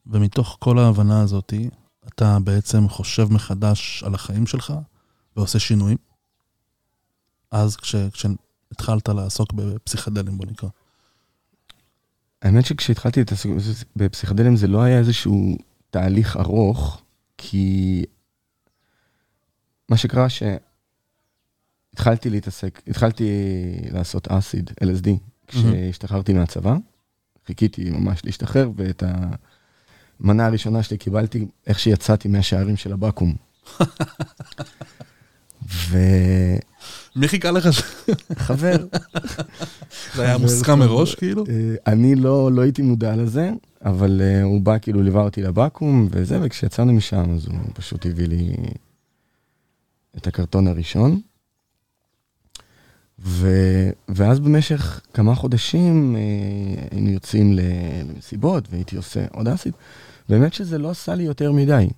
ומתוך כל ההבנה הזאת, אתה בעצם חושב מחדש על החיים שלך, ועושה שינויים. אז כשהתחלת לעסוק בפסיכדלים, בוא נקרא. האמת שכשהתחלתי בפסיכדלים, זה לא היה איזשהו תהליך ארוך, כי מה שקרה שהתחלתי לעשות אסיד, LSD, כשהשתחררתי מהצבא, חיכיתי ממש להשתחרר, ואת המנה הראשונה שלי קיבלתי איך שיצאתי מהשערים של הבקו"ם. מי חיכה לך? חבר. זה היה מוסכם מראש כאילו? אני לא הייתי מודע לזה, אבל הוא בא כאילו ליווה אותי לבקו"ם וזה, וכשיצאנו משם אז הוא פשוט הביא לי את הקרטון הראשון. ואז במשך כמה חודשים היינו יוצאים למסיבות והייתי עושה עוד אסיד. באמת שזה לא עשה לי יותר מדי.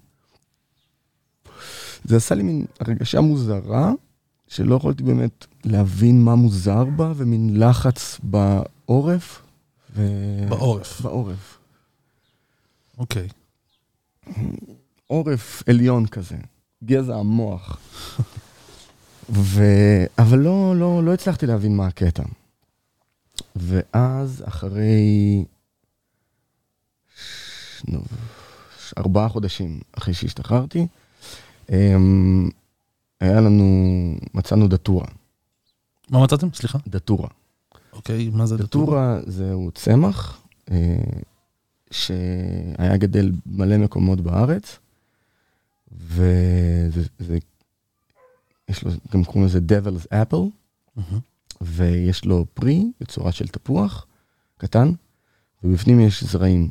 זה עשה לי מין הרגשה מוזרה, שלא יכולתי באמת להבין מה מוזר בה, ומין לחץ בעורף. בעורף. בעורף. אוקיי. עורף עליון כזה, גזע המוח. אבל לא הצלחתי להבין מה הקטע. ואז אחרי 4 חודשים אחרי שהשתחררתי, מצאנו דטורה. מה מצאתם? סליחה? דטורה. אוקיי, מה זה דטורה? דטורה זהו צמח שהיה גדל מלא מקומות בארץ, יש לו, גם קוראים לזה Devil's Apple, ויש לו פרי בצורה של תפוח קטן, ובפנים יש זרעים.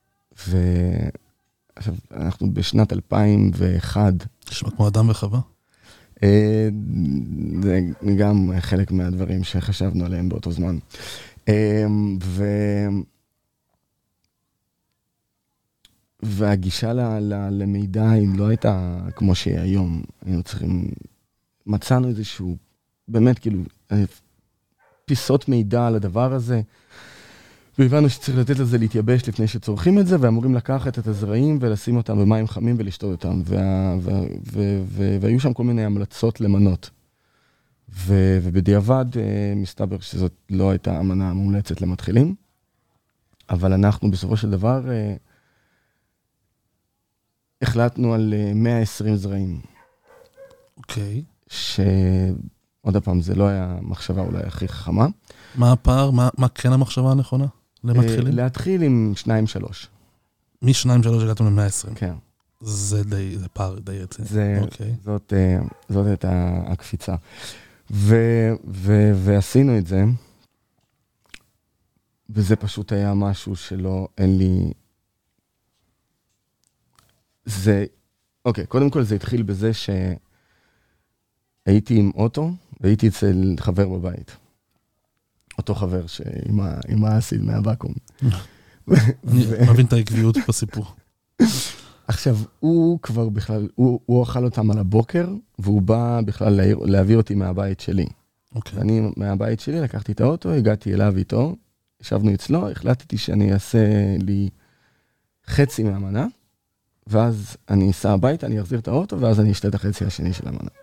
עכשיו, אנחנו בשנת 2001. נשמע כמו אדם וחווה. זה גם חלק מהדברים שחשבנו עליהם באותו זמן. והגישה למידע היא לא הייתה כמו שהיא היום. מצאנו איזשהו, באמת כאילו, פיסות מידע על הדבר הזה, והבנו שצריך לתת לזה להתייבש לפני שצורכים את זה, ואמורים לקחת את הזרעים ולשים אותם במים חמים ולשתות אותם. והיו שם כל מיני המלצות למנות. ובדיעבד מסתבר שזאת לא הייתה המנה המומלצת למתחילים, אבל אנחנו בסופו של דבר החלטנו על 120 זרעים. אוקיי. שעוד הפעם, זה לא היה מחשבה אולי הכי חכמה. מה הפער? מה כן המחשבה הנכונה? למתחילים? להתחיל עם 2-3. מ-2-3 הגעתם ל-120? כן. זה פער די רציני. זאת הייתה הקפיצה. ועשינו את זה, וזה פשוט היה משהו אין לי... אוקיי, קודם כל זה התחיל בזה שהייתי עם אוטו, והייתי אצל חבר בבית. אותו חבר עם האסיד מהבקו"ם. אני מבין את העקביות בסיפור. עכשיו, הוא כבר בכלל, הוא אכל אותם על הבוקר, והוא בא בכלל להביא אותי מהבית שלי. אני מהבית שלי לקחתי את האוטו, הגעתי אליו איתו, ישבנו אצלו, החלטתי שאני אעשה לי חצי מהמנה, ואז אני אסע הביתה, אני אחזיר את האוטו, ואז אני אשתה את החצי השני של המנה.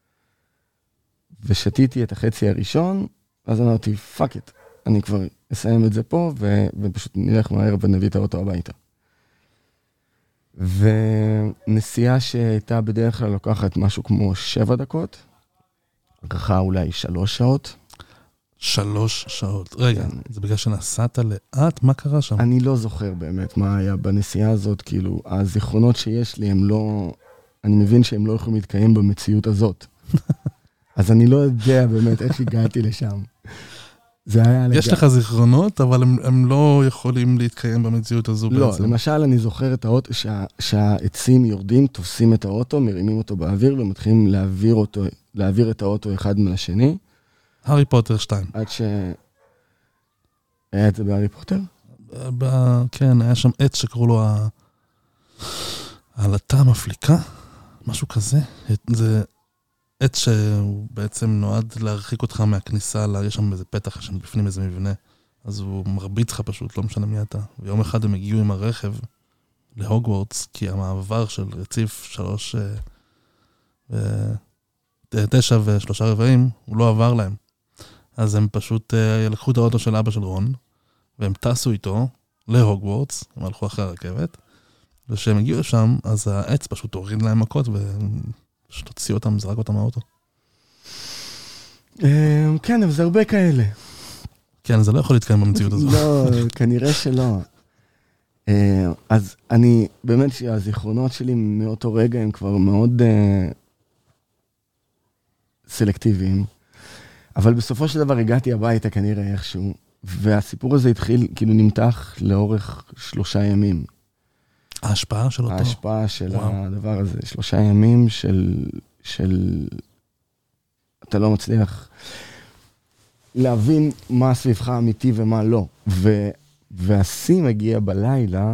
ושתיתי את החצי הראשון, אז אמרתי, fuck it, אני כבר אסיים את זה פה, ופשוט נלך מהר ונביא את האוטו הביתה. ונסיעה שהייתה בדרך כלל לוקחת משהו כמו 7 דקות, לקחה אולי 3 שעות. 3 שעות. רגע, זה בגלל שנסעת לאט? מה קרה שם? אני לא זוכר באמת מה היה בנסיעה הזאת, כאילו, הזיכרונות שיש לי הם לא, אני מבין שהם לא יכולים להתקיים במציאות הזאת. אז אני לא יודע באמת איך הגעתי לשם. יש לך זיכרונות, אבל הם לא יכולים להתקיים במציאות הזו בעצם. לא, למשל אני זוכר את האוטו, שהעצים יורדים, תופסים את האוטו, מרימים אותו באוויר, ומתחילים להעביר את האוטו אחד מהשני. הארי פוטר 2. עד היה את זה בהארי פוטר? כן, היה שם עץ שקראו לו העלתה המפליקה, משהו כזה. זה עץ שהוא בעצם נועד להרחיק אותך מהכניסה, יש שם איזה פתח, יש שם בפנים איזה מבנה, אז הוא מרביץ לך פשוט, לא משנה מי אתה. ויום אחד הם הגיעו עם הרכב להוגוורטס, כי המעבר של רציף 3, 9 ו3 רבעים, הוא לא עבר להם. אז הם פשוט לקחו את האוטו של אבא של רון, והם טסו איתו להוגוורטס, הם הלכו אחרי הרכבת, וכשהם הגיעו לשם, אז העץ פשוט הוריד להם מכות, ופשוט הוציאו אותם, זרק אותם מהאוטו. כן, אבל זה הרבה כאלה. כן, זה לא יכול להתקיים במציאות הזו. לא, כנראה שלא. אז אני, באמת שהזיכרונות שלי מאותו רגע הם כבר מאוד סלקטיביים, אבל בסופו של דבר הגעתי הביתה כנראה איכשהו, והסיפור הזה התחיל, כאילו נמתח לאורך 3 ימים. ההשפעה של אותו? ההשפעה של הדבר הזה, 3 ימים של אתה לא מצליח להבין מה סביבך אמיתי ומה לא. והשיא מגיע בלילה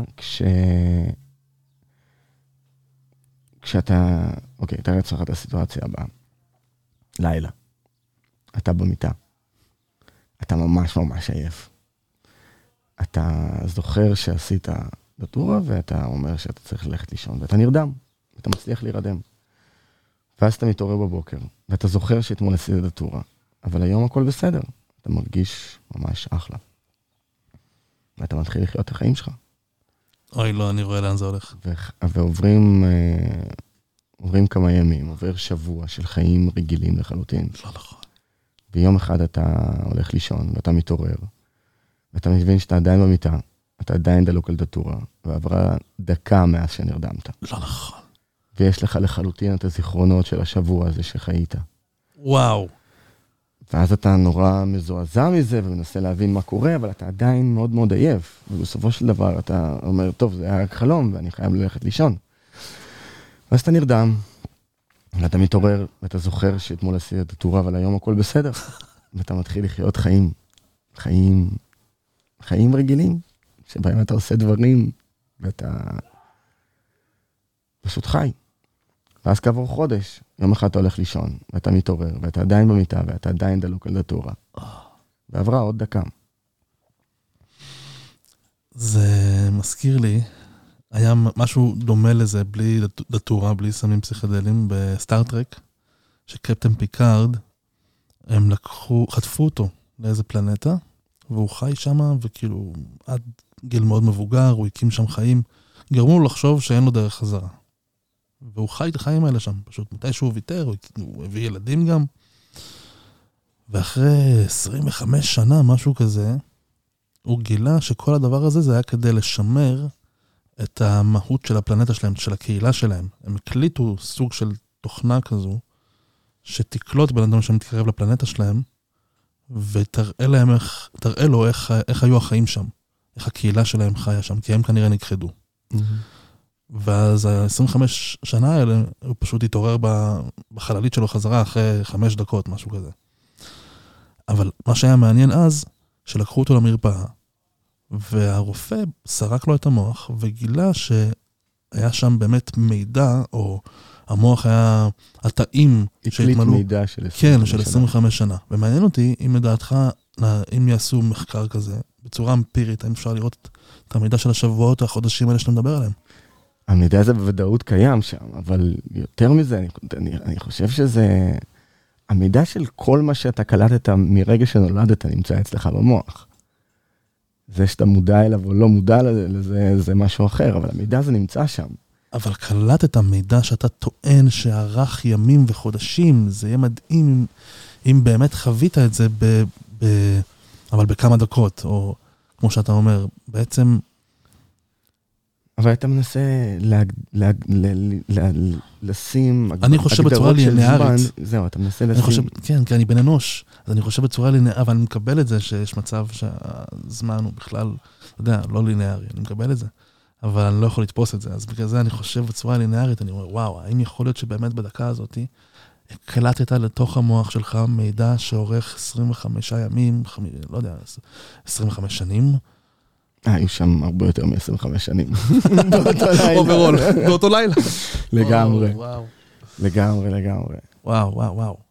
כשאתה, אוקיי, תראה אצלך את הסיטואציה הבאה. לילה. אתה במיטה. אתה ממש ממש עייף. אתה זוכר שעשית דטורה, ואתה אומר שאתה צריך ללכת לישון, ואתה נרדם, ואתה מצליח להירדם. ואז אתה מתעורר בבוקר, ואתה זוכר שאתמול עשית דטורה, אבל היום הכל בסדר. אתה מרגיש ממש אחלה. ואתה מתחיל לחיות את החיים שלך. אוי, לא, אני רואה לאן זה הולך. ועוברים כמה ימים, עובר שבוע של חיים רגילים לחלוטין. לא נכון. ביום אחד אתה הולך לישון, ואתה מתעורר, ואתה מבין שאתה עדיין במיטה, אתה עדיין דלוק על דטורה, ועברה דקה מאז שנרדמת. לא נכון. ויש לך לחלוטין את הזיכרונות של השבוע הזה שחיית. וואו. ואז אתה נורא מזועזע מזה, ומנסה להבין מה קורה, אבל אתה עדיין מאוד מאוד עייף. ובסופו של דבר אתה אומר, טוב, זה היה רק חלום, ואני חייב ללכת לישון. ואז אתה נרדם, ואתה מתעורר, ואתה זוכר שאתמול עשית דטורה, אבל היום הכל בסדר. ואתה מתחיל לחיות חיים רגילים, שבהם אתה עושה דברים, ואתה פשוט חי. ואז כעבור חודש, יום אחד אתה הולך לישון, ואתה מתעורר, ואתה עדיין במיטה, ואתה עדיין דלוק על דטורה. ועברה עוד דקה. זה מזכיר לי, היה משהו דומה לזה, בלי דטורה, בלי סמים פסיכדליים, בסטארטרק, שקפטן פיקארד, הם חטפו אותו לאיזה פלנטה, והוא חי שם, וכאילו, עד גיל מאוד מבוגר, הוא הקים שם חיים, גרמו לו לחשוב שאין לו דרך חזרה. והוא חי את החיים האלה שם, פשוט מתי שהוא ויתר, הוא הביא ילדים גם. ואחרי 25 שנה, משהו כזה, הוא גילה שכל הדבר הזה זה היה כדי לשמר את המהות של הפלנטה שלהם, של הקהילה שלהם. הם הקליטו סוג של תוכנה כזו, שתקלוט בן אדם שמתקרב לפלנטה שלהם, ותראה לו איך היו החיים שם, איך הקהילה שלהם חיה שם, כי הם כנראה נכחדו. ואז ה-25 שנה האלה, הוא פשוט התעורר בחללית שלו חזרה אחרי 5 דקות, משהו כזה. אבל מה שהיה מעניין אז, שלקחו אותו למרפאה, והרופא סרק לו את המוח, וגילה שהיה שם באמת מידע, או המוח היה התאים שהתמלאו. הקליט מידע של 25 שנה. כן, של 25 שנה. ומעניין אותי, אם לדעתך, אם יעשו מחקר כזה, בצורה אמפירית, האם אפשר לראות את המידע של השבועות, החודשים האלה שאתה מדבר עליהם? המידע הזה בוודאות קיים שם, אבל יותר מזה, אני חושב שזה, המידע של כל מה שאתה קלטת מרגע שנולדת נמצא אצלך במוח. זה שאתה מודע אליו או לא מודע לזה, זה משהו אחר, אבל המידע הזה נמצא שם. אבל קלטת המידע שאתה טוען שערך ימים וחודשים, זה יהיה מדהים אם באמת חווית את זה אבל בכמה דקות, או כמו שאתה אומר, בעצם אבל אתה מנסה לשים אני חושב בצורה לינארית. זהו, אתה מנסה לשים. כן, כי אני בן אנוש, אז אני חושב בצורה לינארית, אבל אני מקבל את זה שיש מצב שהזמן הוא בכלל, אתה יודע, לא לינארי, אני מקבל את זה, אבל אני לא יכול לתפוס את זה, אז בגלל זה אני חושב בצורה לינארית, אני אומר, וואו, האם יכול להיות שבאמת בדקה הזאת, קלטת לתוך המוח שלך מידע שעורך 25 ימים, לא יודע, 25 שנים, היו שם הרבה יותר מ-25 שנים. אוברול, באותו לילה. לגמרי. לגמרי. וואו.